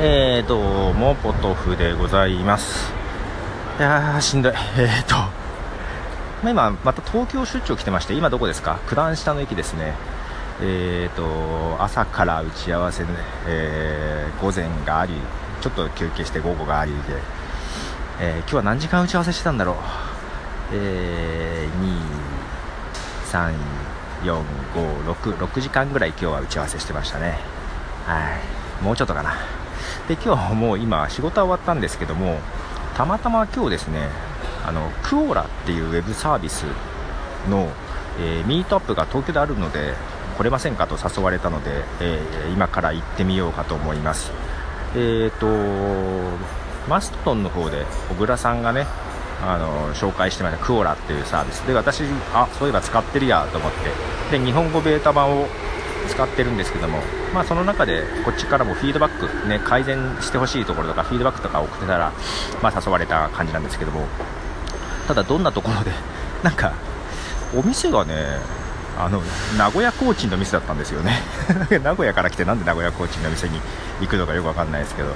どうもポトフでございます。いやーしんどい。今また東京出張来てまして、今どこですか？九段下の駅ですね。朝から打ち合わせで、午前があり、ちょっと休憩して午後がありで、今日は何時間打ち合わせしてたんだろう。2、3、4、5、6時間ぐらい今日は打ち合わせしてましたね。はい、もうちょっとかな。で今日はもう今仕事は終わったんですけども、たまたま今日ですね、クオーラっていうウェブサービスの、ミートアップが東京であるので来れませんかと誘われたので、今から行ってみようかと思います。マストドンの方で小倉さんがね紹介してましたクオーラっていうサービスで、私そういえば使ってるやと思って、で日本語ベータ版を使ってるんですけども、その中でこっちからもフィードバック、ね、改善してほしいところとかフィードバックとか送ってたら、誘われた感じなんですけども、ただどんなところでなんかお店がね名古屋コーチンの店だったんですよね名古屋から来てなんで名古屋コーチンの店に行くのかよくわかんないですけど、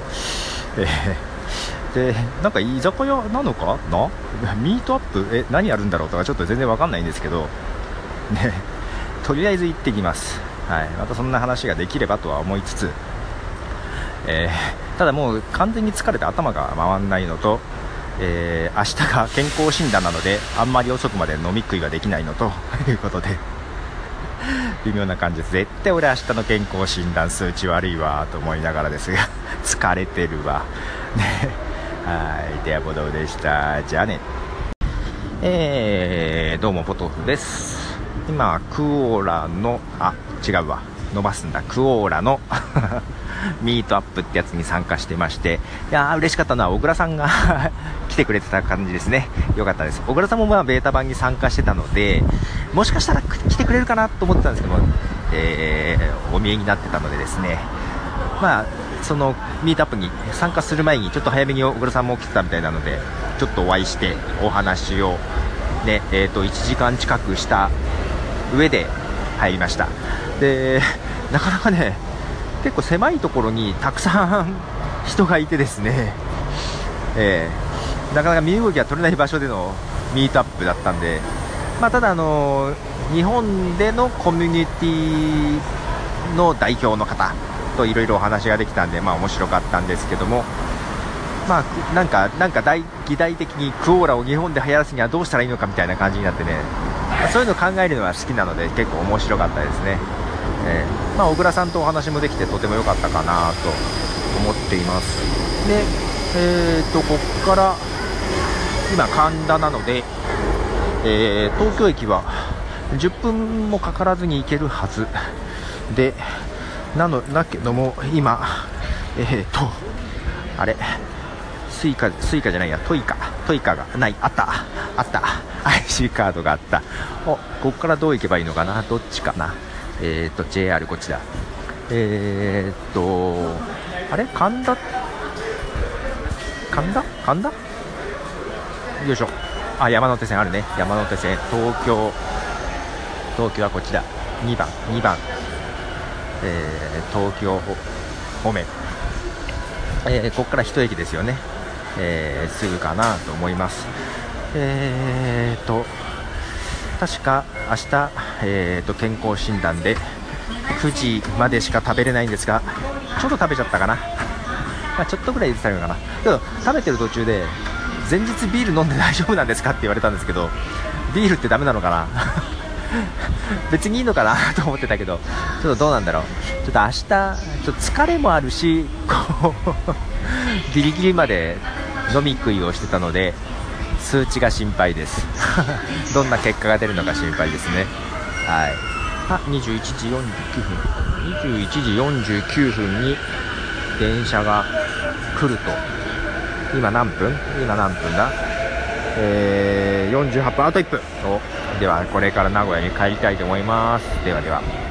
でなんか居酒屋なのかな、ミートアップ何やるんだろうとかちょっと全然わかんないんですけどね、とりあえず行ってきます。はい、またそんな話ができればとは思いつつ、ただもう完全に疲れて頭が回らないのと、明日が健康診断なのであんまり遅くまで飲み食いができないのということで微妙な感じです。絶対俺明日の健康診断数値悪いわと思いながらですが疲れてるわね。はい、ではボドウでした。じゃあね。どうもポトフです。今クオーラの違うわ、伸ばすんだ、クオーラのミートアップってやつに参加してまして、いやー嬉しかったのは小倉さんが来てくれてた感じですね。よかったです。小倉さんもベータ版に参加してたので、もしかしたら来てくれるかなと思ってたんですけども、お見えになってたのでですね、そのミートアップに参加する前にちょっと早めに小倉さんも来てたみたいなので、ちょっとお会いしてお話をね、1時間近くした上で入りました。でなかなかね、結構狭いところにたくさん人がいてですね、なかなか身動きが取れない場所でのミートアップだったんで、ただ日本でのコミュニティの代表の方といろいろお話ができたんで、面白かったんですけども、なんか議題的にクオーラを日本で流行らすにはどうしたらいいのかみたいな感じになってね、そういうのを考えるのは好きなので結構面白かったですね。小倉さんとお話もできてとても良かったかなと思っています。で、ここから今神田なので、東京駅は10分もかからずに行けるはずで、だけども今あれスイカじゃないや、トイカがない、あった IC カードがあった。ここからどう行けばいいのかな、どっちかな。JR こっちだ。あれ神田よいしょ。山手線あるね。山手線東京はこっちだ。2番、東京方面、ここから一駅ですよね。すぐかなと思います。確か明日、健康診断で9時までしか食べれないんですが、ちょっと食べちゃったかな。ちょっとぐらい入れてたのかな。けど食べてる途中で前日ビール飲んで大丈夫なんですかって言われたんですけど、ビールってダメなのかな別にいいのかなと思ってたけど、ちょっとどうなんだろう。ちょっと明日ちょっと疲れもあるし、ギリギリまで飲み食いをしてたので数値が心配ですどんな結果が出るのか心配ですね。はい。21時49分に電車が来ると。今何分だ。48分、あと1分。ではこれから名古屋に帰りたいと思います。では